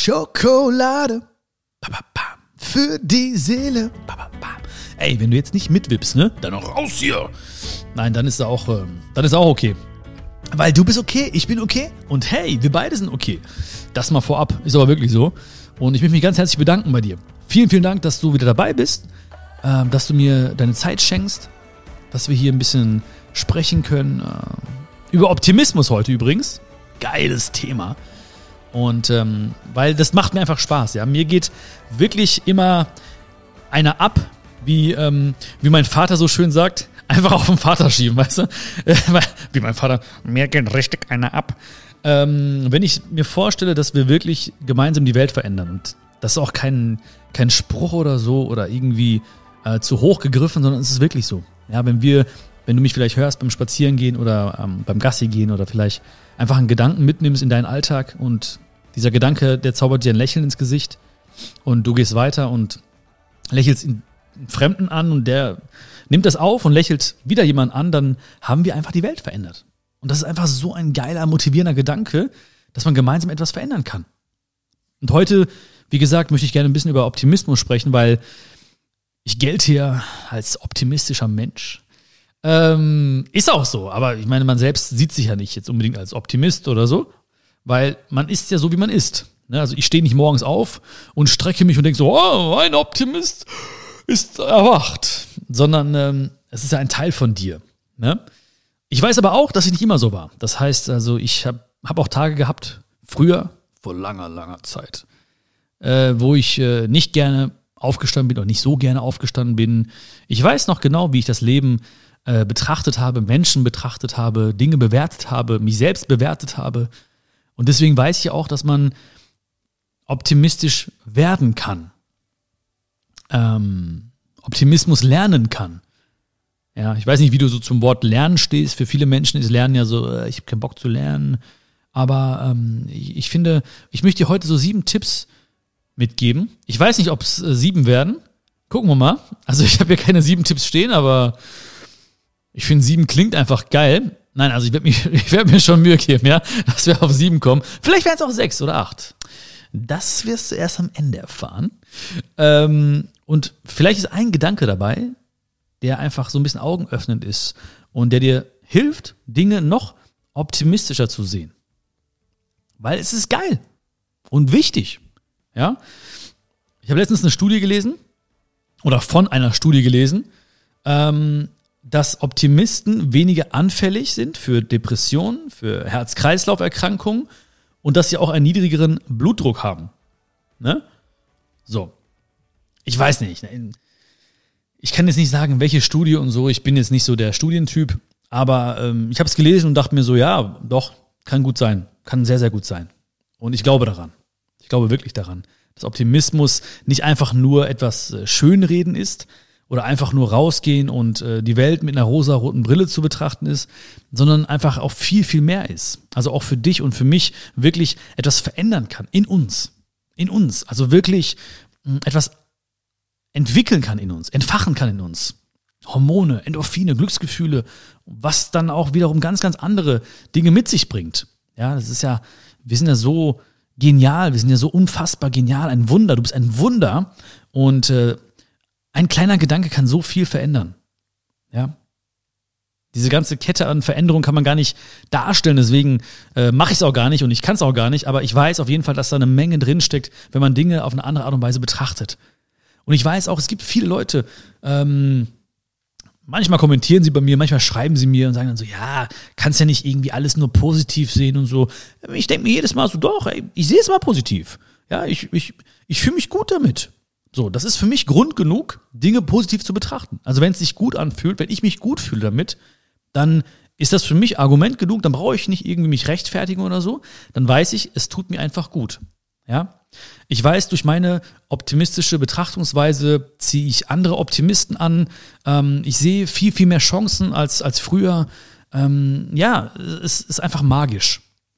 Schokolade für die Seele. Ey, wenn du jetzt nicht mitwippst, ne? Dann auch raus hier. Nein, dann ist auch okay. Weil du bist okay, ich bin okay und hey, wir beide sind okay. Das mal vorab, ist aber wirklich so. Und ich möchte mich ganz herzlich bedanken bei dir. Vielen, vielen Dank, dass du wieder dabei bist, dass du mir deine Zeit schenkst, dass wir hier ein bisschen sprechen können. Über Optimismus heute übrigens. Geiles Thema. Und weil das macht mir einfach Spaß. Ja, mir geht wirklich immer einer ab, wie mein Vater so schön sagt, einfach auf den Vater schieben, weißt du? Wie mein Vater, mir geht richtig einer ab. Wenn ich mir vorstelle, dass wir wirklich gemeinsam die Welt verändern und das ist auch kein Spruch oder so oder irgendwie zu hoch gegriffen, sondern es ist wirklich so. Ja, wenn du mich vielleicht hörst beim Spazierengehen oder beim Gassi gehen oder vielleicht einfach einen Gedanken mitnimmst in deinen Alltag und dieser Gedanke, der zaubert dir ein Lächeln ins Gesicht und du gehst weiter und lächelst einen Fremden an und der nimmt das auf und lächelt wieder jemand an, dann haben wir einfach die Welt verändert. Und das ist einfach so ein geiler, motivierender Gedanke, dass man gemeinsam etwas verändern kann. Und heute, wie gesagt, möchte ich gerne ein bisschen über Optimismus sprechen, weil ich gelte ja als optimistischer Mensch. Ist auch so, aber ich meine, man selbst sieht sich ja nicht jetzt unbedingt als Optimist oder so, weil man ist ja so, wie man ist. Also ich stehe nicht morgens auf und strecke mich und denke so, oh, ein Optimist ist erwacht, sondern es ist ja ein Teil von dir. Ne? Ich weiß aber auch, dass ich nicht immer so war. Das heißt also, ich hab auch Tage gehabt, früher, vor langer, langer Zeit, wo ich nicht gerne aufgestanden bin oder nicht so gerne aufgestanden bin. Ich weiß noch genau, wie ich das Leben betrachtet habe, Menschen betrachtet habe, Dinge bewertet habe, mich selbst bewertet habe. Und deswegen weiß ich auch, dass man optimistisch werden kann. Optimismus lernen kann. Ja, ich weiß nicht, wie du so zum Wort Lernen stehst. Für viele Menschen ist Lernen ja so, ich habe keinen Bock zu lernen. Aber ich finde, ich möchte dir heute so 7 Tipps mitgeben. Ich weiß nicht, ob es 7 werden. Gucken wir mal. Also ich habe hier keine 7 Tipps stehen, aber ich finde 7 klingt einfach geil. Nein, also ich werd mir schon Mühe geben, ja, dass wir auf 7 kommen. Vielleicht werden es auch 6 oder 8. Das wirst du erst am Ende erfahren. Und vielleicht ist ein Gedanke dabei, der einfach so ein bisschen augenöffnend ist und der dir hilft, Dinge noch optimistischer zu sehen. Weil es ist geil und wichtig. Ja? Ich habe letztens eine Studie gelesen oder von einer Studie gelesen, dass Optimisten weniger anfällig sind für Depressionen, für Herz-Kreislauf-Erkrankungen und dass sie auch einen niedrigeren Blutdruck haben. Ne? So. Ich weiß nicht. Ich kann jetzt nicht sagen, welche Studie und so. Ich bin jetzt nicht so der Studientyp. Aber ich habe es gelesen und dachte mir so, ja, doch, kann gut sein. Kann sehr, sehr gut sein. Und ich glaube daran. Ich glaube wirklich daran, dass Optimismus nicht einfach nur etwas Schönreden ist oder einfach nur rausgehen und die Welt mit einer rosaroten Brille zu betrachten ist, sondern einfach auch viel, viel mehr ist. Also auch für dich und für mich wirklich etwas verändern kann in uns. In uns. Also wirklich etwas entwickeln kann in uns, entfachen kann in uns. Hormone, Endorphine, Glücksgefühle, was dann auch wiederum ganz, ganz andere Dinge mit sich bringt. Ja, das ist ja, wir sind ja so genial, wir sind ja so unfassbar genial, ein Wunder, du bist ein Wunder und ein kleiner Gedanke kann so viel verändern. Ja. Diese ganze Kette an Veränderungen kann man gar nicht darstellen, deswegen mache ich es auch gar nicht und ich kann es auch gar nicht, aber ich weiß auf jeden Fall, dass da eine Menge drinsteckt, wenn man Dinge auf eine andere Art und Weise betrachtet. Und ich weiß auch, es gibt viele Leute, manchmal kommentieren sie bei mir, manchmal schreiben sie mir und sagen dann so, ja, kannst ja nicht irgendwie alles nur positiv sehen und so. Ich denke mir jedes Mal so, doch, ey, ich sehe es mal positiv. Ja, ich fühle mich gut damit. So, das ist für mich Grund genug, Dinge positiv zu betrachten. Also wenn es sich gut anfühlt, wenn ich mich gut fühle damit, dann ist das für mich Argument genug, dann brauche ich nicht irgendwie mich rechtfertigen oder so. Dann weiß ich, es tut mir einfach gut. Ja? Ich weiß, durch meine optimistische Betrachtungsweise ziehe ich andere Optimisten an. Ich sehe viel, viel mehr Chancen als früher. Ja, es ist einfach magisch.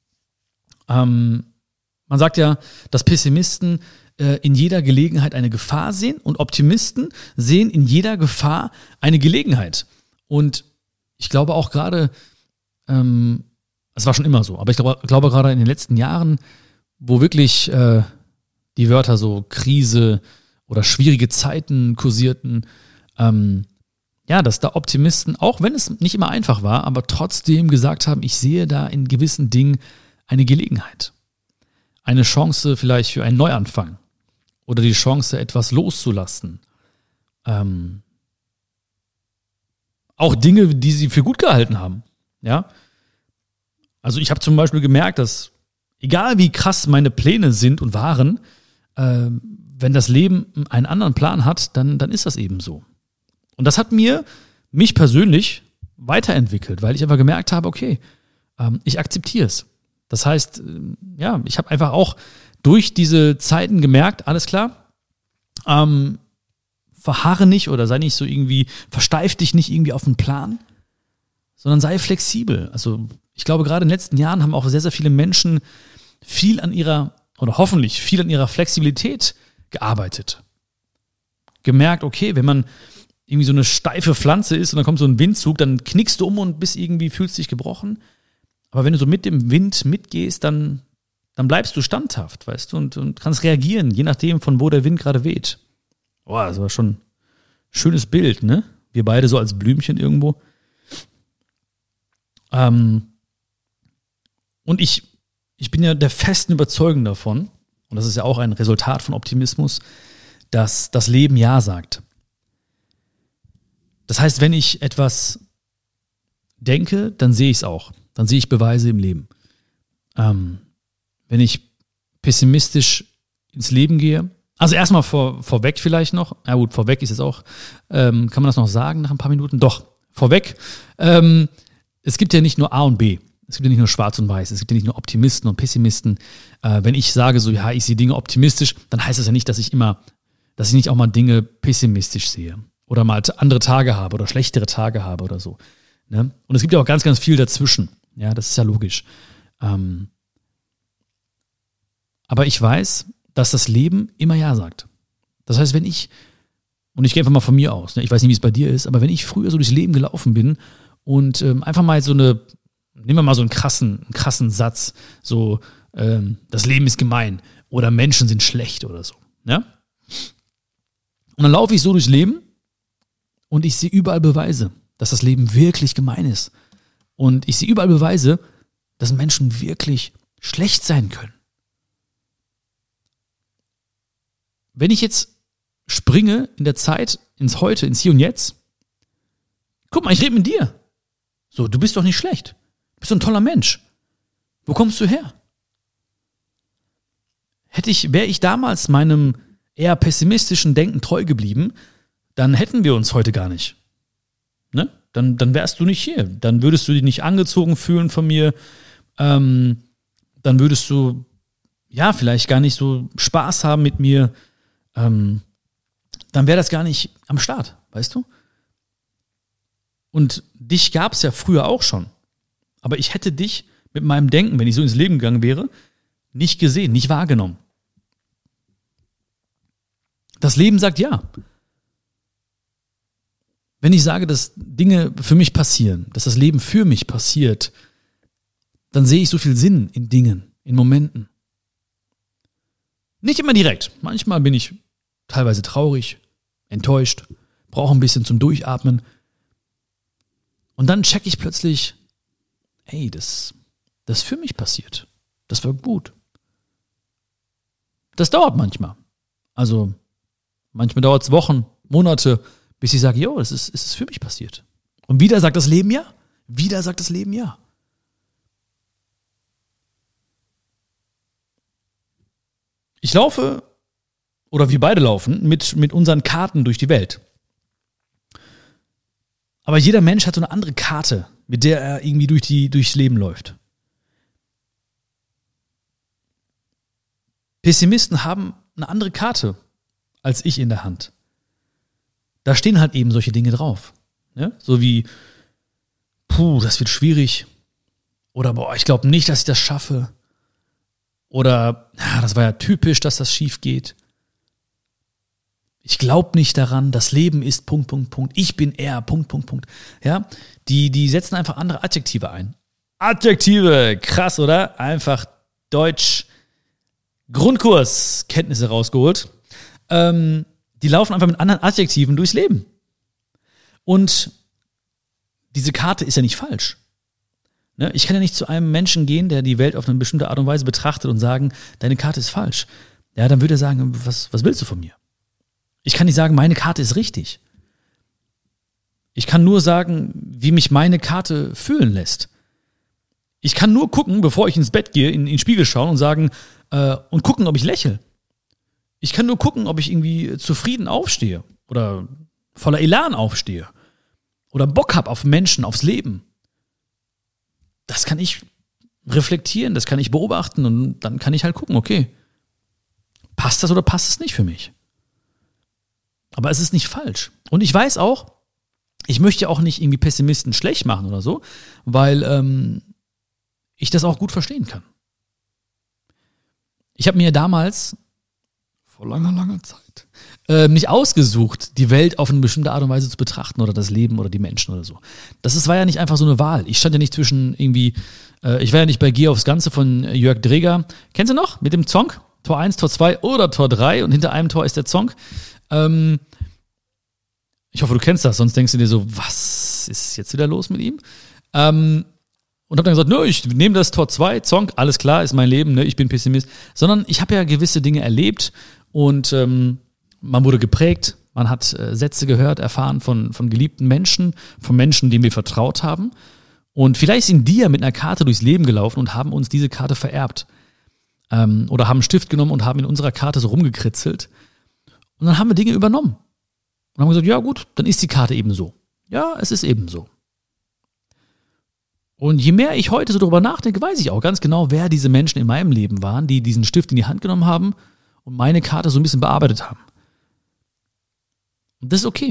Man sagt ja, dass Pessimisten in jeder Gelegenheit eine Gefahr sehen und Optimisten sehen in jeder Gefahr eine Gelegenheit. Und ich glaube auch gerade, es war schon immer so, aber ich glaube gerade in den letzten Jahren, wo wirklich die Wörter so Krise oder schwierige Zeiten kursierten, dass da Optimisten, auch wenn es nicht immer einfach war, aber trotzdem gesagt haben, ich sehe da in gewissen Dingen eine Gelegenheit. Eine Chance vielleicht für einen Neuanfang oder die Chance, etwas loszulassen. Auch Dinge, die sie für gut gehalten haben. Ja? Also ich habe zum Beispiel gemerkt, dass egal wie krass meine Pläne sind und waren, wenn das Leben einen anderen Plan hat, dann ist das eben so. Und das hat mich persönlich weiterentwickelt, weil ich einfach gemerkt habe, okay, ich akzeptiere es. Das heißt, ich habe einfach auch durch diese Zeiten gemerkt, alles klar, verharre nicht oder sei nicht so irgendwie, versteif dich nicht irgendwie auf einen Plan, sondern sei flexibel. Also ich glaube, gerade in den letzten Jahren haben auch sehr, sehr viele Menschen hoffentlich viel an ihrer Flexibilität gearbeitet. Gemerkt, okay, wenn man irgendwie so eine steife Pflanze ist und dann kommt so ein Windzug, dann knickst du um und fühlst dich gebrochen. Aber wenn du so mit dem Wind mitgehst, dann bleibst du standhaft, weißt du, und kannst reagieren, je nachdem, von wo der Wind gerade weht. Boah, das war schon ein schönes Bild, ne? Wir beide so als Blümchen irgendwo. Und ich bin ja der festen Überzeugung davon, und das ist ja auch ein Resultat von Optimismus, dass das Leben Ja sagt. Das heißt, wenn ich etwas denke, dann sehe ich es auch. Dann sehe ich Beweise im Leben. Wenn ich pessimistisch ins Leben gehe, also erstmal vorweg vielleicht noch, ja gut, vorweg ist jetzt auch, kann man das noch sagen nach ein paar Minuten? Doch, vorweg, es gibt ja nicht nur A und B. Es gibt ja nicht nur Schwarz und Weiß, es gibt ja nicht nur Optimisten und Pessimisten. Wenn ich sage so, ja, ich sehe Dinge optimistisch, dann heißt das ja nicht, dass ich nicht auch mal Dinge pessimistisch sehe. Oder mal andere Tage habe oder schlechtere Tage habe oder so. Ne? Und es gibt ja auch ganz, ganz viel dazwischen. Ja, das ist ja logisch. Aber ich weiß, dass das Leben immer Ja sagt. Das heißt, und ich gehe einfach mal von mir aus, ne? Ich weiß nicht, wie es bei dir ist, aber wenn ich früher so durchs Leben gelaufen bin und einfach mal nehmen wir mal so einen krassen Satz, so, das Leben ist gemein oder Menschen sind schlecht oder so. Ja? Und dann laufe ich so durchs Leben und ich sehe überall Beweise, dass das Leben wirklich gemein ist. Und ich sehe überall Beweise, dass Menschen wirklich schlecht sein können. Wenn ich jetzt springe in der Zeit ins Heute, ins Hier und Jetzt, guck mal, ich rede mit dir. So, du bist doch nicht schlecht. Du bist doch ein toller Mensch. Wo kommst du her? Wäre ich damals meinem eher pessimistischen Denken treu geblieben, dann hätten wir uns heute gar nicht. Ne? Dann wärst du nicht hier. Dann würdest du dich nicht angezogen fühlen von mir. Dann würdest du, vielleicht gar nicht so Spaß haben mit mir. Dann wäre das gar nicht am Start, weißt du? Und dich gab es ja früher auch schon. Aber ich hätte dich mit meinem Denken, wenn ich so ins Leben gegangen wäre, nicht gesehen, nicht wahrgenommen. Das Leben sagt ja. Wenn ich sage, dass Dinge für mich passieren, dass das Leben für mich passiert, dann sehe ich so viel Sinn in Dingen, in Momenten. Nicht immer direkt. Manchmal bin ich teilweise traurig, enttäuscht, brauche ein bisschen zum Durchatmen. Und dann checke ich plötzlich, hey, das ist für mich passiert. Das war gut. Das dauert manchmal. Also manchmal dauert es Wochen, Monate, bis ich sage, es ist für mich passiert. Und wieder sagt das Leben ja. Wieder sagt das Leben ja. Ich laufe, oder wir beide laufen, mit unseren Karten durch die Welt. Aber jeder Mensch hat so eine andere Karte, mit der er irgendwie durchs Leben läuft. Pessimisten haben eine andere Karte als ich in der Hand. Da stehen halt eben solche Dinge drauf. Ja? So wie, das wird schwierig. Oder, ich glaube nicht, dass ich das schaffe. Oder, das war ja typisch, dass das schief geht. Ich glaube nicht daran, das Leben ist ... Ich bin eher ... Ja? Die setzen einfach andere Adjektive ein. Adjektive, krass, oder? Einfach Deutsch Grundkurs, Kenntnisse rausgeholt. Die laufen einfach mit anderen Adjektiven durchs Leben. Und diese Karte ist ja nicht falsch. Ne? Ich kann ja nicht zu einem Menschen gehen, der die Welt auf eine bestimmte Art und Weise betrachtet und sagen, deine Karte ist falsch. Ja, dann würde er sagen, was willst du von mir? Ich kann nicht sagen, meine Karte ist richtig. Ich kann nur sagen, wie mich meine Karte fühlen lässt. Ich kann nur gucken, bevor ich ins Bett gehe, in den Spiegel schauen und sagen, und gucken, ob ich lächle. Ich kann nur gucken, ob ich irgendwie zufrieden aufstehe oder voller Elan aufstehe oder Bock habe auf Menschen, aufs Leben. Das kann ich reflektieren, das kann ich beobachten und dann kann ich halt gucken, okay, passt das oder passt es nicht für mich? Aber es ist nicht falsch. Und ich weiß auch, ich möchte ja auch nicht irgendwie Pessimisten schlecht machen oder so, weil ich das auch gut verstehen kann. Ich habe mir damals, vor langer Zeit, nicht ausgesucht, die Welt auf eine bestimmte Art und Weise zu betrachten oder das Leben oder die Menschen oder so. War ja nicht einfach so eine Wahl. Ich stand ja nicht zwischen irgendwie, ich war ja nicht bei Geh aufs Ganze von Jörg Dreger. Kennst du noch? Mit dem Song? Tor 1, Tor 2 oder Tor 3 und hinter einem Tor ist der Song. Ich hoffe, du kennst das, sonst denkst du dir so, was ist jetzt wieder los mit ihm? Und hab dann gesagt, ich nehme das Tor 2, Song, alles klar, ist mein Leben, ne, ich bin Pessimist. Sondern ich habe ja gewisse Dinge erlebt und man wurde geprägt, man hat Sätze gehört, erfahren von geliebten Menschen, von Menschen, denen wir vertraut haben. Und vielleicht sind die ja mit einer Karte durchs Leben gelaufen und haben uns diese Karte vererbt. Oder haben einen Stift genommen und haben in unserer Karte so rumgekritzelt. Und dann haben wir Dinge übernommen. Und haben gesagt, ja gut, dann ist die Karte eben so. Ja, es ist eben so. Und je mehr ich heute so darüber nachdenke, weiß ich auch ganz genau, wer diese Menschen in meinem Leben waren, die diesen Stift in die Hand genommen haben und meine Karte so ein bisschen bearbeitet haben. Und das ist okay.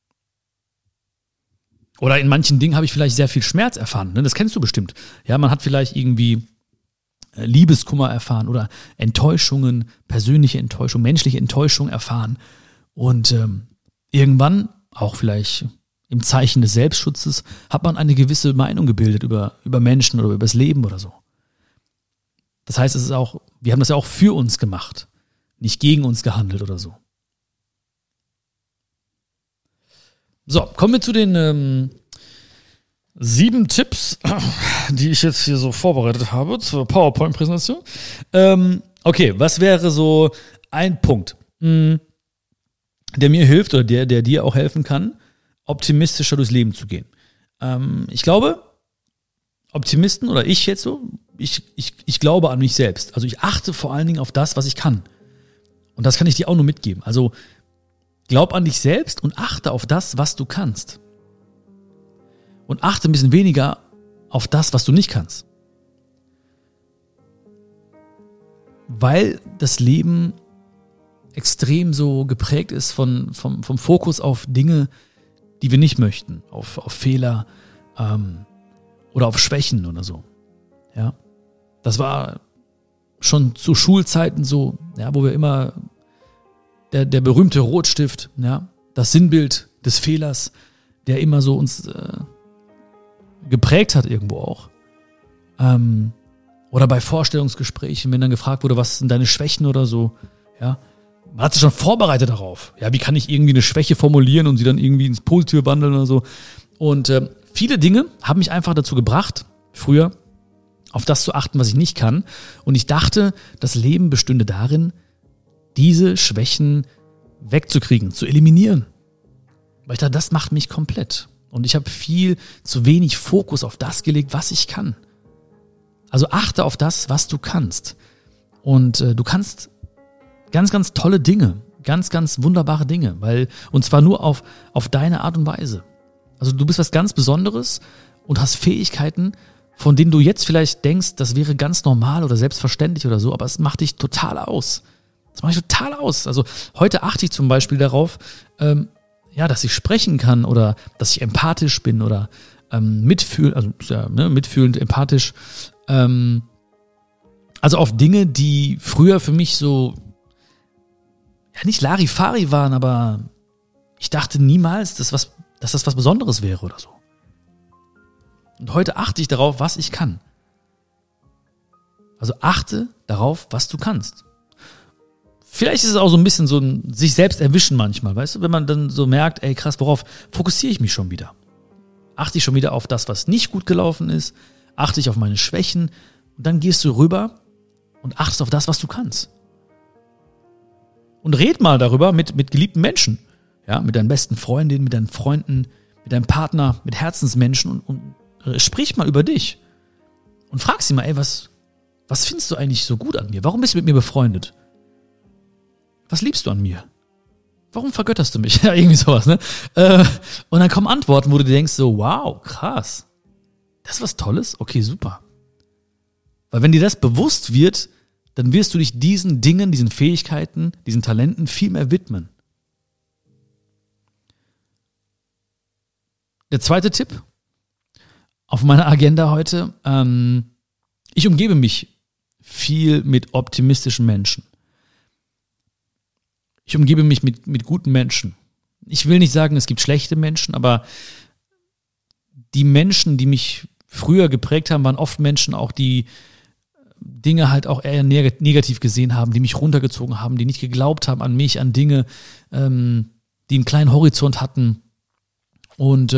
Oder in manchen Dingen habe ich vielleicht sehr viel Schmerz erfahren. Ne? Das kennst du bestimmt. Ja, man hat vielleicht irgendwie Liebeskummer erfahren oder Enttäuschungen, persönliche Enttäuschung, menschliche Enttäuschung erfahren. Und irgendwann, auch vielleicht im Zeichen des Selbstschutzes, hat man eine gewisse Meinung gebildet über Menschen oder über das Leben oder so. Das heißt, wir haben das ja auch für uns gemacht, nicht gegen uns gehandelt oder so. So, kommen wir zu den 7 Tipps, die ich jetzt hier so vorbereitet habe zur PowerPoint-Präsentation. Okay, was wäre so ein Punkt, der mir hilft oder der dir auch helfen kann, optimistischer durchs Leben zu gehen? Ich glaube, Optimisten oder ich jetzt so, ich glaube an mich selbst. Also ich achte vor allen Dingen auf das, was ich kann. Und das kann ich dir auch nur mitgeben. Also glaub an dich selbst und achte auf das, was du kannst. Und achte ein bisschen weniger auf das, was du nicht kannst. Weil das Leben extrem so geprägt ist vom Fokus auf Dinge, die wir nicht möchten, auf Fehler oder auf Schwächen oder so. Ja, das war schon zu Schulzeiten so, ja, wo wir immer der berühmte Rotstift, ja, das Sinnbild des Fehlers, der immer so uns geprägt hat irgendwo auch. Oder bei Vorstellungsgesprächen, wenn dann gefragt wurde, was sind deine Schwächen oder so, ja, man hat sich schon vorbereitet darauf. Ja, wie kann ich irgendwie eine Schwäche formulieren und sie dann irgendwie ins Positive wandeln oder so. Und viele Dinge haben mich einfach dazu gebracht, früher auf das zu achten, was ich nicht kann. Und ich dachte, das Leben bestünde darin, diese Schwächen wegzukriegen, zu eliminieren. Weil ich dachte, das macht mich komplett. Und ich habe viel zu wenig Fokus auf das gelegt, was ich kann. Also achte auf das, was du kannst. Und du kannst ganz, ganz tolle Dinge, ganz, ganz wunderbare Dinge, und zwar nur auf deine Art und Weise. Also du bist was ganz Besonderes und hast Fähigkeiten, von denen du jetzt vielleicht denkst, das wäre ganz normal oder selbstverständlich oder so, aber es macht dich total aus. Das macht dich total aus. Also heute achte ich zum Beispiel darauf, dass ich sprechen kann oder dass ich empathisch bin oder mitfühlend, empathisch. Also auf Dinge, die früher für mich so nicht Larifari waren, aber ich dachte niemals, dass das was Besonderes wäre oder so. Und heute achte ich darauf, was ich kann. Also achte darauf, was du kannst. Vielleicht ist es auch so ein bisschen so ein sich selbst erwischen manchmal, weißt du, wenn man dann so merkt, ey krass, worauf fokussiere ich mich schon wieder? Achte ich schon wieder auf das, was nicht gut gelaufen ist? Achte ich auf meine Schwächen? Und dann gehst du rüber und achtest auf das, was du kannst. Und red mal darüber mit geliebten Menschen. Ja, mit deinen besten Freundinnen, mit deinen Freunden, mit deinem Partner, mit Herzensmenschen und sprich mal über dich. Und frag sie mal, ey, was findest du eigentlich so gut an mir? Warum bist du mit mir befreundet? Was liebst du an mir? Warum vergötterst du mich? Ja, irgendwie sowas, ne? Und dann kommen Antworten, wo du dir denkst so, wow, krass. Das ist was Tolles? Okay, super. Weil wenn dir das bewusst wird, dann wirst du dich diesen Dingen, diesen Fähigkeiten, diesen Talenten viel mehr widmen. Der zweite Tipp auf meiner Agenda heute, ich umgebe mich viel mit optimistischen Menschen. Ich umgebe mich mit guten Menschen. Ich will nicht sagen, es gibt schlechte Menschen, aber die Menschen, die mich früher geprägt haben, waren oft Menschen auch, die Dinge halt auch eher negativ gesehen haben, die mich runtergezogen haben, die nicht geglaubt haben an mich, an Dinge, die einen kleinen Horizont hatten. Und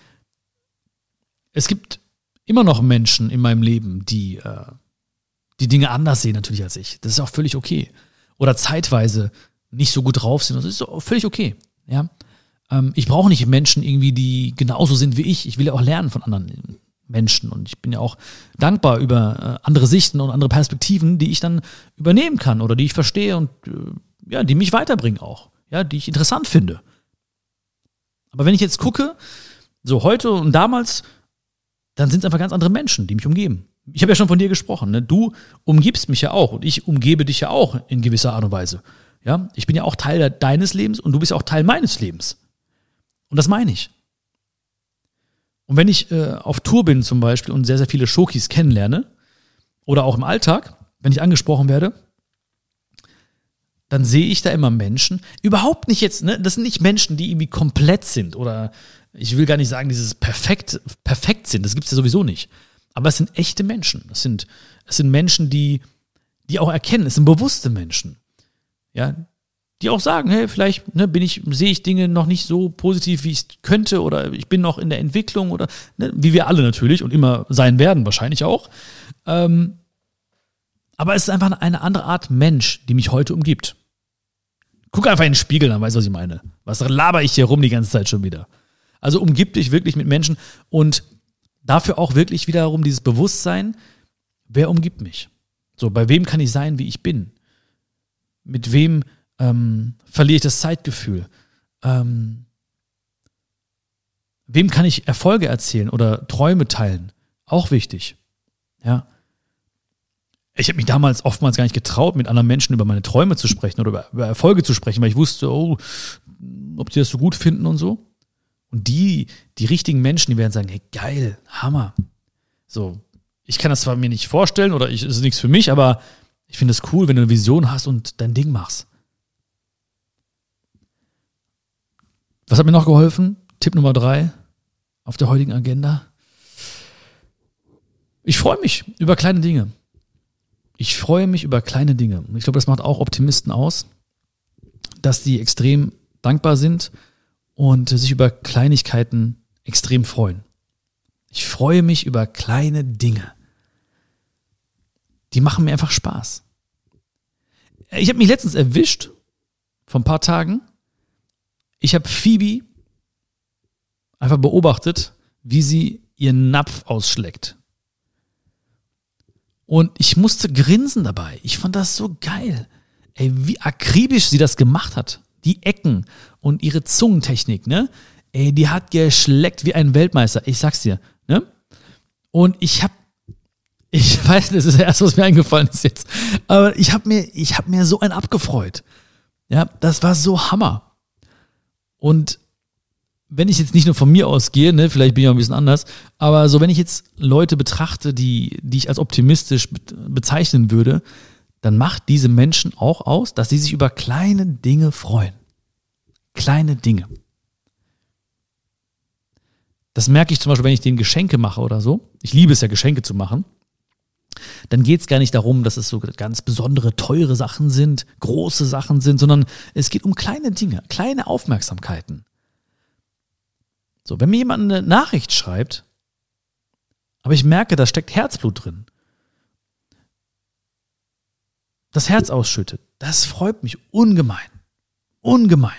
es gibt immer noch Menschen in meinem Leben, die Dinge anders sehen natürlich als ich. Das ist auch völlig okay. Oder zeitweise nicht so gut drauf sind. Das ist auch völlig okay. Ja? Ich brauche nicht Menschen irgendwie, die genauso sind wie ich. Ich will ja auch lernen von anderen Menschen. Und ich bin ja auch dankbar über andere Sichten und andere Perspektiven, die ich dann übernehmen kann oder die ich verstehe und ja, die mich weiterbringen auch. Ja, die ich interessant finde. Aber wenn ich jetzt gucke, so heute und damals, dann sind es einfach ganz andere Menschen, die mich umgeben. Ich habe ja schon von dir gesprochen, ne? Du umgibst mich ja auch und ich umgebe dich ja auch in gewisser Art und Weise. Ja? Ich bin ja auch Teil deines Lebens und du bist ja auch Teil meines Lebens. Und das meine ich. Und wenn ich auf Tour bin zum Beispiel und sehr, sehr viele Schokis kennenlerne oder auch im Alltag, wenn ich angesprochen werde, dann sehe ich da immer Menschen, überhaupt nicht jetzt, ne, das sind nicht Menschen, die irgendwie komplett sind oder ich will gar nicht sagen, dieses perfekt sind, das gibt es ja sowieso nicht. Aber es sind echte Menschen. Es sind Menschen, die auch erkennen, es sind bewusste Menschen. Ja, die auch sagen, hey, vielleicht sehe ich Dinge noch nicht so positiv, wie ich könnte oder ich bin noch in der Entwicklung oder ne, wie wir alle natürlich und immer sein werden, wahrscheinlich auch. Aber es ist einfach eine andere Art Mensch, die mich heute umgibt. Guck einfach in den Spiegel, dann weißt du, was ich meine. Was laber ich hier rum die ganze Zeit schon wieder? Also umgib dich wirklich mit Menschen und dafür auch wirklich wiederum dieses Bewusstsein, wer umgibt mich? So, bei wem kann ich sein, wie ich bin? Mit wem verliere ich das Zeitgefühl? Wem kann ich Erfolge erzählen oder Träume teilen? Auch wichtig. Ja. Ich habe mich damals oftmals gar nicht getraut, mit anderen Menschen über meine Träume zu sprechen oder über Erfolge zu sprechen, weil ich wusste, ob die das so gut finden und so. Und die richtigen Menschen, die werden sagen, hey, geil, Hammer. So, ich kann das zwar mir nicht vorstellen oder es ist nichts für mich, aber ich finde es cool, wenn du eine Vision hast und dein Ding machst. Was hat mir noch geholfen? Tipp Nummer 3 auf der heutigen Agenda. Ich freue mich über kleine Dinge. Ich freue mich über kleine Dinge. Und ich glaube, das macht auch Optimisten aus, dass die extrem dankbar sind und sich über Kleinigkeiten extrem freuen. Ich freue mich über kleine Dinge. Die machen mir einfach Spaß. Ich habe mich letztens erwischt, vor ein paar Tagen. Ich habe Phoebe einfach beobachtet, wie sie ihren Napf ausschlägt. Und ich musste grinsen dabei. Ich fand das so geil. Ey, wie akribisch sie das gemacht hat. Die Ecken und ihre Zungentechnik, ne? Ey, die hat geschleckt wie ein Weltmeister. Ich sag's dir, ne? Und ich weiß, das ist das Erste, was mir eingefallen ist jetzt. Aber ich hab mir so einen abgefreut. Ja, das war so Hammer. Und wenn ich jetzt nicht nur von mir ausgehe, ne, vielleicht bin ich auch ein bisschen anders, aber so wenn ich jetzt Leute betrachte, die ich als optimistisch bezeichnen würde, dann macht diese Menschen auch aus, dass sie sich über kleine Dinge freuen. Kleine Dinge. Das merke ich zum Beispiel, wenn ich denen Geschenke mache oder so. Ich liebe es ja, Geschenke zu machen. dann geht es gar nicht darum, dass es so ganz besondere, teure Sachen sind, große Sachen sind, sondern es geht um kleine Dinge, kleine Aufmerksamkeiten. So, wenn mir jemand eine Nachricht schreibt, aber ich merke, da steckt Herzblut drin, das Herz ausschüttet, das freut mich ungemein. Ungemein.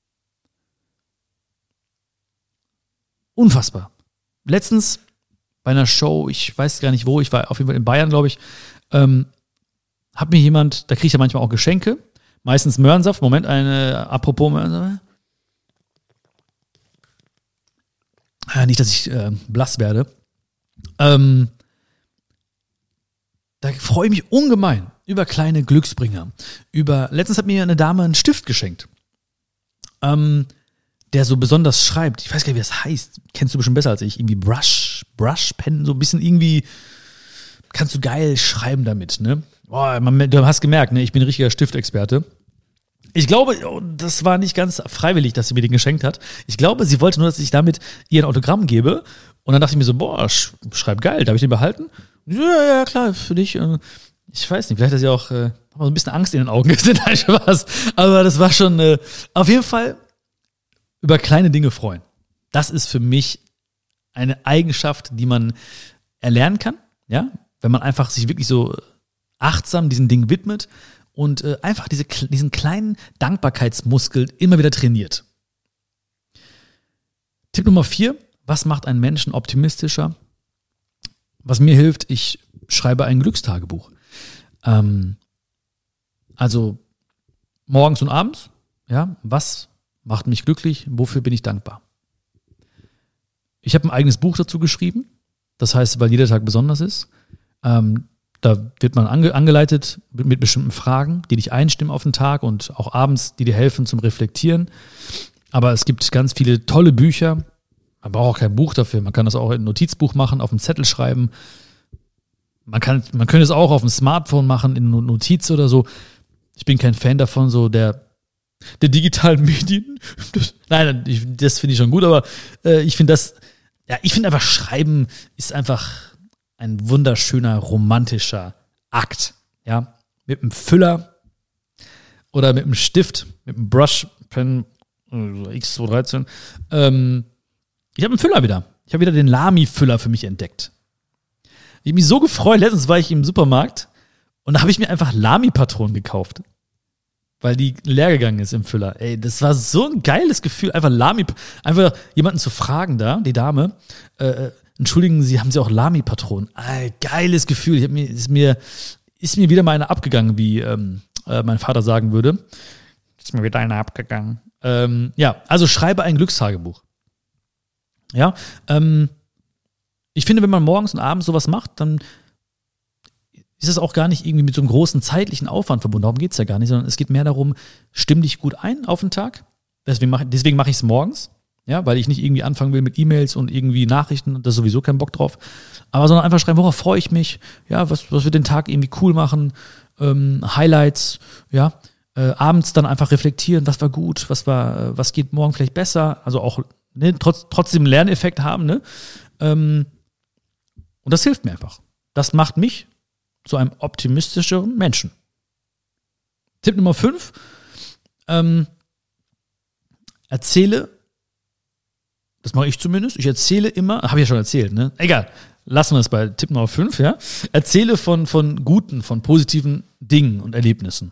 Unfassbar. Letztens bei einer Show, ich weiß gar nicht wo, ich war auf jeden Fall in Bayern, glaube ich, hat mir jemand, da kriege ich ja manchmal auch Geschenke, meistens Möhrensaft. Moment, apropos Möhrensaft. Ja, nicht, dass ich blass werde. Da freue ich mich ungemein über kleine Glücksbringer. Letztens hat mir eine Dame einen Stift geschenkt, der so besonders schreibt. Ich weiß gar nicht, wie das heißt. Kennst du bestimmt besser als ich. Irgendwie Brush Pen, so ein bisschen irgendwie kannst du geil schreiben damit, ne? Boah, du hast gemerkt, ne? Ich bin ein richtiger Stiftexperte. Ich glaube, das war nicht ganz freiwillig, dass sie mir den geschenkt hat. Ich glaube, sie wollte nur, dass ich damit ihr ein Autogramm gebe. Und dann dachte ich mir so, boah, schreib geil. Darf ich den behalten? Ja, klar, für dich. Ich weiß nicht, vielleicht hat sie auch so ein bisschen Angst in den Augen gesehen. Nein, Spaß. Aber das war schon auf jeden Fall über kleine Dinge freuen. Das ist für mich eine Eigenschaft, die man erlernen kann, ja, wenn man einfach sich wirklich so achtsam diesen Dingen widmet und einfach diesen kleinen Dankbarkeitsmuskel immer wieder trainiert. Tipp Nummer 4, was macht einen Menschen optimistischer? Was mir hilft, ich schreibe ein Glückstagebuch. Also morgens und abends, ja, was macht mich glücklich, wofür bin ich dankbar? Ich habe ein eigenes Buch dazu geschrieben, das heißt, weil jeder Tag besonders ist. Da wird man angeleitet mit bestimmten Fragen, die dich einstimmen auf den Tag und auch abends, die dir helfen zum Reflektieren. Aber es gibt ganz viele tolle Bücher. Man braucht auch kein Buch dafür. Man kann das auch in ein Notizbuch machen, auf einen Zettel schreiben. Man könnte es auch auf dem Smartphone machen, in eine Notiz oder so. Ich bin kein Fan davon, so der digitalen Medien. Nein, das finde ich schon gut, aber ich finde einfach Schreiben ist einfach ein wunderschöner, romantischer Akt. Ja, mit einem Füller oder mit einem Stift, mit einem Brush Pen X213. Ich habe einen Füller wieder. Ich habe wieder den Lamy-Füller für mich entdeckt. Ich habe mich so gefreut. Letztens war ich im Supermarkt und da habe ich mir einfach Lamy-Patronen gekauft. Weil die leer gegangen ist im Füller. Ey, das war so ein geiles Gefühl, einfach jemanden zu fragen da, die Dame, entschuldigen Sie, haben Sie auch Lamy-Patronen? Geiles Gefühl. Ist mir wieder mal eine abgegangen, wie mein Vater sagen würde. Ist mir wieder eine abgegangen. Ja, also schreibe ein Glückstagebuch. Ja, ich finde, wenn man morgens und abends sowas macht, dann ist es auch gar nicht irgendwie mit so einem großen zeitlichen Aufwand verbunden. Darum geht es ja gar nicht, sondern es geht mehr darum, stimm dich gut ein auf den Tag. Deswegen mache ich es morgens, ja, weil ich nicht irgendwie anfangen will mit E-Mails und irgendwie Nachrichten und da ist sowieso kein Bock drauf. Aber sondern einfach schreiben, worauf freue ich mich, ja, was wir den Tag irgendwie cool machen, Highlights, ja, abends dann einfach reflektieren, was war gut, was geht morgen vielleicht besser, also auch trotzdem einen Lerneffekt haben, ne? Und das hilft mir einfach. Das macht mich zu einem optimistischeren Menschen. Tipp Nummer 5, erzähle, das mache ich zumindest, ich erzähle immer, habe ich ja schon erzählt, ne? Egal, lassen wir es bei Tipp Nummer 5, ja? Erzähle von guten, von positiven Dingen und Erlebnissen.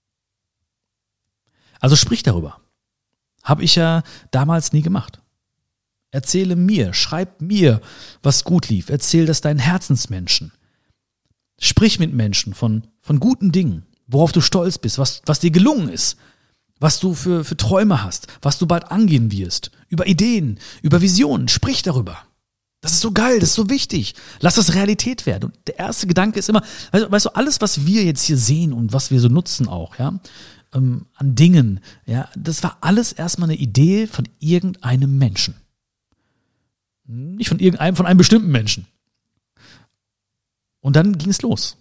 Also sprich darüber. Habe ich ja damals nie gemacht. Erzähle mir, schreib mir, was gut lief. Erzähl das deinen Herzensmenschen. Sprich mit Menschen von guten Dingen, worauf du stolz bist, was dir gelungen ist, was du für Träume hast, was du bald angehen wirst, über Ideen, über Visionen. Sprich darüber. Das ist so geil, das ist so wichtig. Lass das Realität werden. Und der erste Gedanke ist immer, weißt du, alles, was wir jetzt hier sehen und was wir so nutzen auch, ja, an Dingen, ja, das war alles erstmal eine Idee von irgendeinem Menschen. Nicht von einem bestimmten Menschen. Und dann ging es los.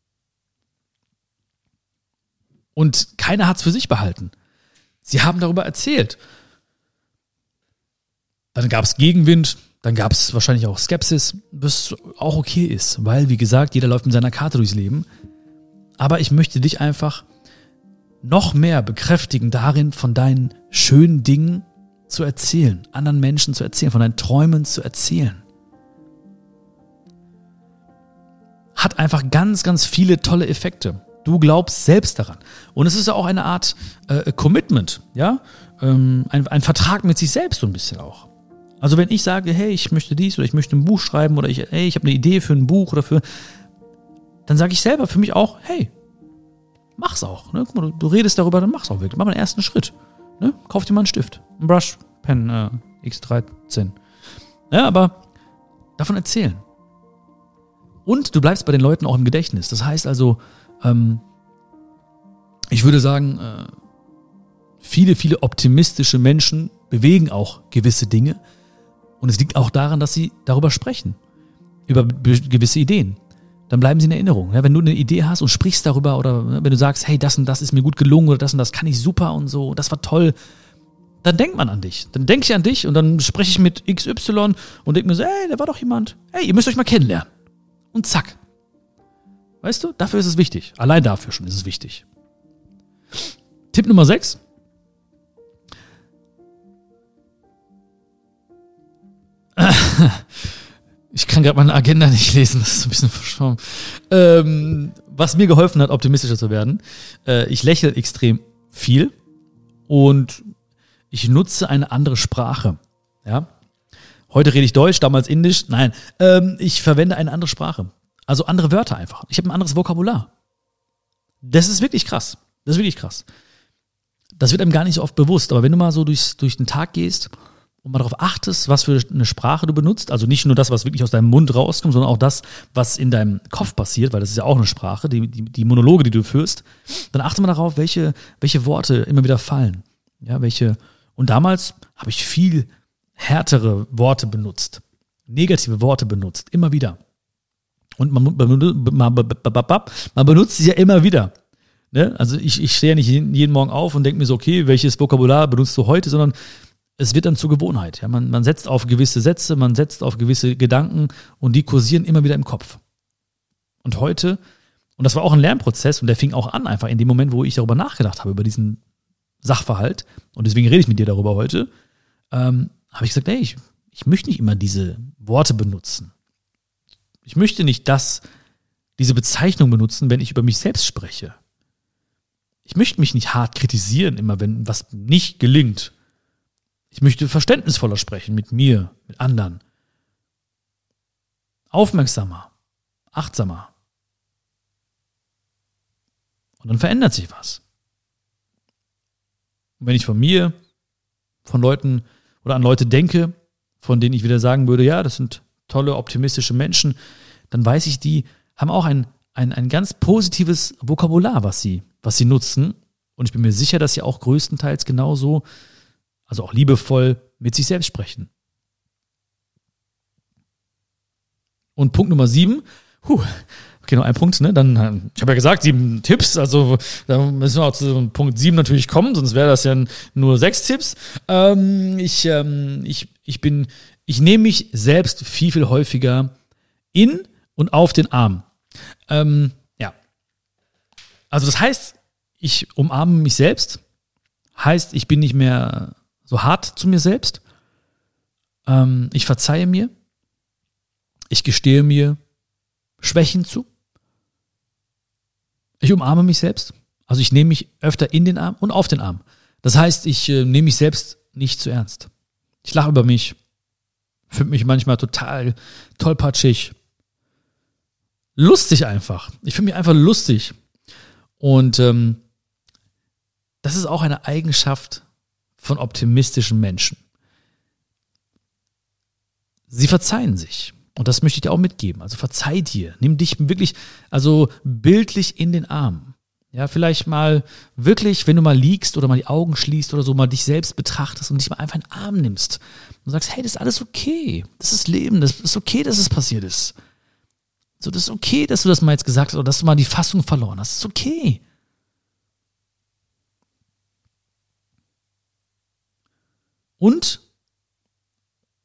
Und keiner hat es für sich behalten. Sie haben darüber erzählt. Dann gab es Gegenwind, Dann gab es wahrscheinlich auch Skepsis, was auch okay ist, weil, wie gesagt, jeder läuft mit seiner Karte durchs Leben. Aber ich möchte dich einfach noch mehr bekräftigen darin, von deinen schönen Dingen zu erzählen, anderen Menschen zu erzählen, von deinen Träumen zu erzählen. Hat einfach ganz, ganz viele tolle Effekte. Du glaubst selbst daran. Und es ist ja auch eine Art Commitment, ja, ein Vertrag mit sich selbst so ein bisschen auch. Also wenn ich sage, hey, ich möchte dies oder ich möchte ein Buch schreiben oder ich habe eine Idee für ein Buch oder dann sage ich selber für mich auch, hey, mach's auch. Ne? Guck mal, du redest darüber, dann mach's auch wirklich. Mach mal den ersten Schritt. Ne? Kauf dir mal einen Stift, einen Brush, Pen X13. Ja, aber davon erzählen. Und du bleibst bei den Leuten auch im Gedächtnis. Das heißt also, ich würde sagen, viele, viele optimistische Menschen bewegen auch gewisse Dinge. Und es liegt auch daran, dass sie darüber sprechen. Über gewisse Ideen. Dann bleiben sie in Erinnerung. Ja, wenn du eine Idee hast und sprichst darüber oder wenn du sagst, hey, das und das ist mir gut gelungen oder das und das kann ich super und so, das war toll, dann denkt man an dich. Dann denke ich an dich und dann spreche ich mit XY und denke mir so, hey, da war doch jemand. Hey, ihr müsst euch mal kennenlernen. Und zack. Weißt du, dafür ist es wichtig. Allein dafür schon ist es wichtig. Tipp Nummer 6. Ich kann gerade meine Agenda nicht lesen, das ist ein bisschen verschwommen. Was mir geholfen hat, optimistischer zu werden, ich lächle extrem viel und ich nutze eine andere Sprache. Ja? Heute rede ich Deutsch, damals Indisch. Nein, ich verwende eine andere Sprache. Also andere Wörter einfach. Ich habe ein anderes Vokabular. Das ist wirklich krass. Das ist wirklich krass. Das wird einem gar nicht so oft bewusst. Aber wenn du mal so durch den Tag gehst und mal darauf achtest, was für eine Sprache du benutzt, also nicht nur das, was wirklich aus deinem Mund rauskommt, sondern auch das, was in deinem Kopf passiert, weil das ist ja auch eine Sprache, die Monologe, die du führst, dann achte mal darauf, welche Worte immer wieder fallen. Ja, und damals habe ich viel härtere Worte benutzt, negative Worte benutzt, immer wieder. Und man benutzt sie ja immer wieder. Ne? Also ich stehe ja nicht jeden Morgen auf und denke mir so, okay, welches Vokabular benutzt du heute, sondern es wird dann zur Gewohnheit. Ja? Man setzt auf gewisse Sätze, man setzt auf gewisse Gedanken und die kursieren immer wieder im Kopf. Und heute, und das war auch ein Lernprozess und der fing auch an, einfach in dem Moment, wo ich darüber nachgedacht habe, über diesen Sachverhalt, und deswegen rede ich mit dir darüber heute, habe ich gesagt, hey, ich möchte nicht immer diese Worte benutzen. Ich möchte nicht diese Bezeichnung benutzen, wenn ich über mich selbst spreche. Ich möchte mich nicht hart kritisieren, immer wenn was nicht gelingt. Ich möchte verständnisvoller sprechen mit mir, mit anderen. Aufmerksamer, achtsamer. Und dann verändert sich was. Und wenn ich von mir, von Leuten oder an Leute denke, von denen ich wieder sagen würde, ja, das sind tolle, optimistische Menschen, dann weiß ich, die haben auch ein ganz positives Vokabular, was sie nutzen. Und ich bin mir sicher, dass sie auch größtenteils genauso, also auch liebevoll mit sich selbst sprechen. Und Punkt Nummer 7, okay, noch ein Punkt, ne? Dann, ich habe ja gesagt, 7 Tipps, also da müssen wir auch zu Punkt 7 natürlich kommen, sonst wäre das ja nur 6 Tipps. Ich nehme mich selbst viel, viel häufiger in und auf den Arm. Ja. Also das heißt, ich umarme mich selbst, heißt, ich bin nicht mehr so hart zu mir selbst. Ich verzeihe mir. Ich gestehe mir Schwächen zu. Ich umarme mich selbst. Also ich nehme mich öfter in den Arm und auf den Arm. Das heißt, ich nehme mich selbst nicht zu ernst. Ich lache über mich. Finde mich manchmal total tollpatschig. Lustig einfach. Ich finde mich einfach lustig. Und das ist auch eine Eigenschaft von optimistischen Menschen. Sie verzeihen sich. Und das möchte ich dir auch mitgeben. Also verzeih dir. Nimm dich wirklich, also bildlich in den Arm. Ja, vielleicht mal wirklich, wenn du mal liegst oder mal die Augen schließt oder so, mal dich selbst betrachtest und dich mal einfach in den Arm nimmst und sagst, hey, das ist alles okay. Das ist Leben. Das ist okay, dass es passiert ist. So, das ist okay, dass du das mal jetzt gesagt hast oder dass du mal die Fassung verloren hast. Das ist okay.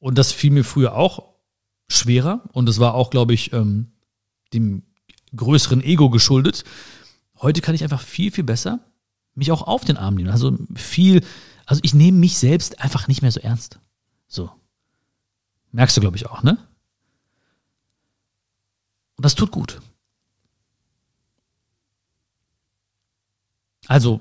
Und das fiel mir früher auch schwerer. Und das war auch, glaube ich, dem größeren Ego geschuldet. Heute kann ich einfach viel, viel besser mich auch auf den Arm nehmen. Also ich nehme mich selbst einfach nicht mehr so ernst. So. Merkst du, glaube ich, auch, ne? Und das tut gut. Also,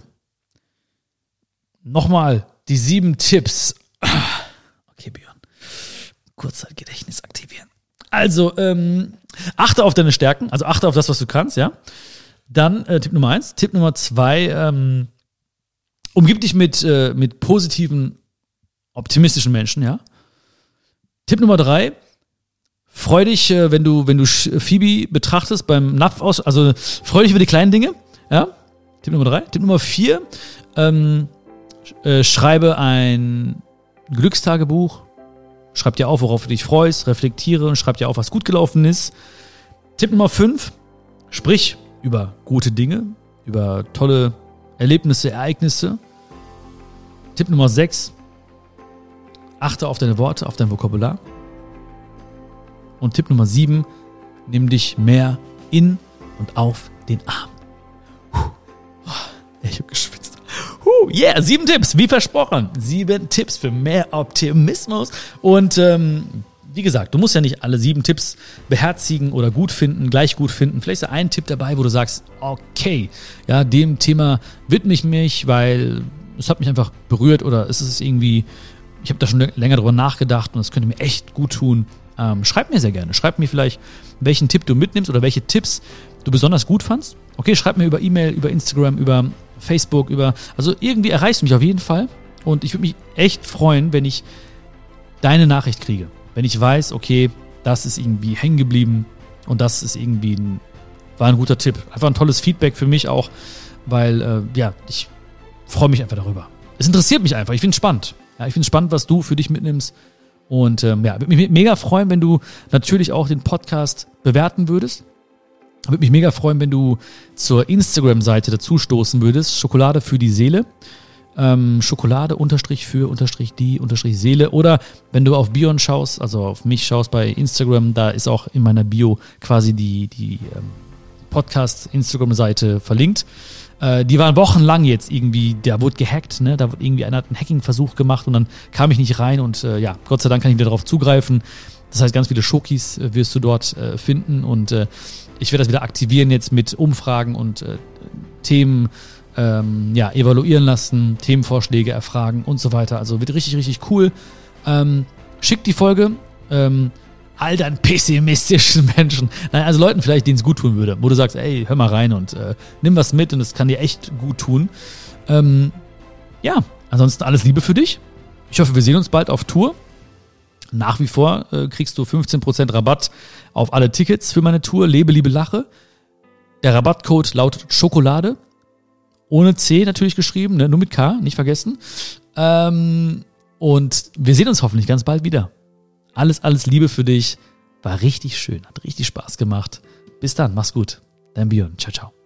nochmal die 7 Tipps. Okay, Björn. Kurzzeitgedächtnis aktivieren. Also, achte auf deine Stärken, also achte auf das, was du kannst, ja. Dann Tipp Nummer 1. Tipp Nummer 2, umgib dich mit positiven, optimistischen Menschen, ja. Tipp Nummer 3, freu dich, wenn du Phoebe betrachtest beim Napf aus, also freu dich über die kleinen Dinge, ja. Tipp Nummer 3. Tipp Nummer 4, schreibe ein Glückstagebuch, schreib dir auf, worauf du dich freust, reflektiere und schreib dir auf, was gut gelaufen ist. Tipp Nummer 5, sprich über gute Dinge, über tolle Erlebnisse, Ereignisse. Tipp Nummer 6, achte auf deine Worte, auf dein Vokabular. Und Tipp Nummer 7, nimm dich mehr in und auf den Arm. Ich habe geschwitzt. Yeah, 7 Tipps, wie versprochen. 7 Tipps für mehr Optimismus. Und wie gesagt, du musst ja nicht alle 7 Tipps beherzigen oder gut finden, gleich gut finden. Vielleicht ist da ein Tipp dabei, wo du sagst, okay, ja, dem Thema widme ich mich, weil es hat mich einfach berührt oder es ist irgendwie, ich habe da schon länger drüber nachgedacht und es könnte mir echt gut tun. Schreib mir sehr gerne. Schreib mir vielleicht, welchen Tipp du mitnimmst oder welche Tipps du besonders gut fandst. Okay, schreib mir über E-Mail, über Instagram, über Facebook, also irgendwie erreichst du mich auf jeden Fall. Und ich würde mich echt freuen, wenn ich deine Nachricht kriege. Wenn ich weiß, okay, das ist irgendwie hängen geblieben und das ist irgendwie war ein guter Tipp. Einfach ein tolles Feedback für mich auch, weil, ich freue mich einfach darüber. Es interessiert mich einfach. Ich finde es spannend. Ja, ich finde es spannend, was du für dich mitnimmst. Und würde mich mega freuen, wenn du natürlich auch den Podcast bewerten würdest. Würde mich mega freuen, wenn du zur Instagram-Seite dazu stoßen würdest. Schokolade für die Seele. Schokolade _ Seele. Oder wenn du auf Björn schaust, also auf mich schaust bei Instagram, da ist auch in meiner Bio quasi die Podcast-Instagram-Seite verlinkt. Die waren wochenlang jetzt irgendwie, da wurde gehackt, ne? Da wurde irgendwie einer hat einen Hacking-Versuch gemacht und dann kam ich nicht rein und Gott sei Dank kann ich wieder darauf zugreifen. Das heißt, ganz viele Schokis wirst du dort finden und ich werde das wieder aktivieren jetzt mit Umfragen und Themen evaluieren lassen, Themenvorschläge erfragen und so weiter. Also wird richtig, richtig cool. Schick die Folge all deinen pessimistischen Menschen, also Leuten vielleicht, denen es gut tun würde, wo du sagst, ey, hör mal rein und nimm was mit und es kann dir echt gut tun. Ansonsten alles Liebe für dich. Ich hoffe, wir sehen uns bald auf Tour. Nach wie vor kriegst du 15% Rabatt auf alle Tickets für meine Tour Lebe, Liebe, Lache. Der Rabattcode lautet Schokolade. Ohne C natürlich geschrieben, ne? Nur mit K, nicht vergessen. Und wir sehen uns hoffentlich ganz bald wieder. Alles Liebe für dich. War richtig schön, hat richtig Spaß gemacht. Bis dann, mach's gut. Dein Björn. Ciao, ciao.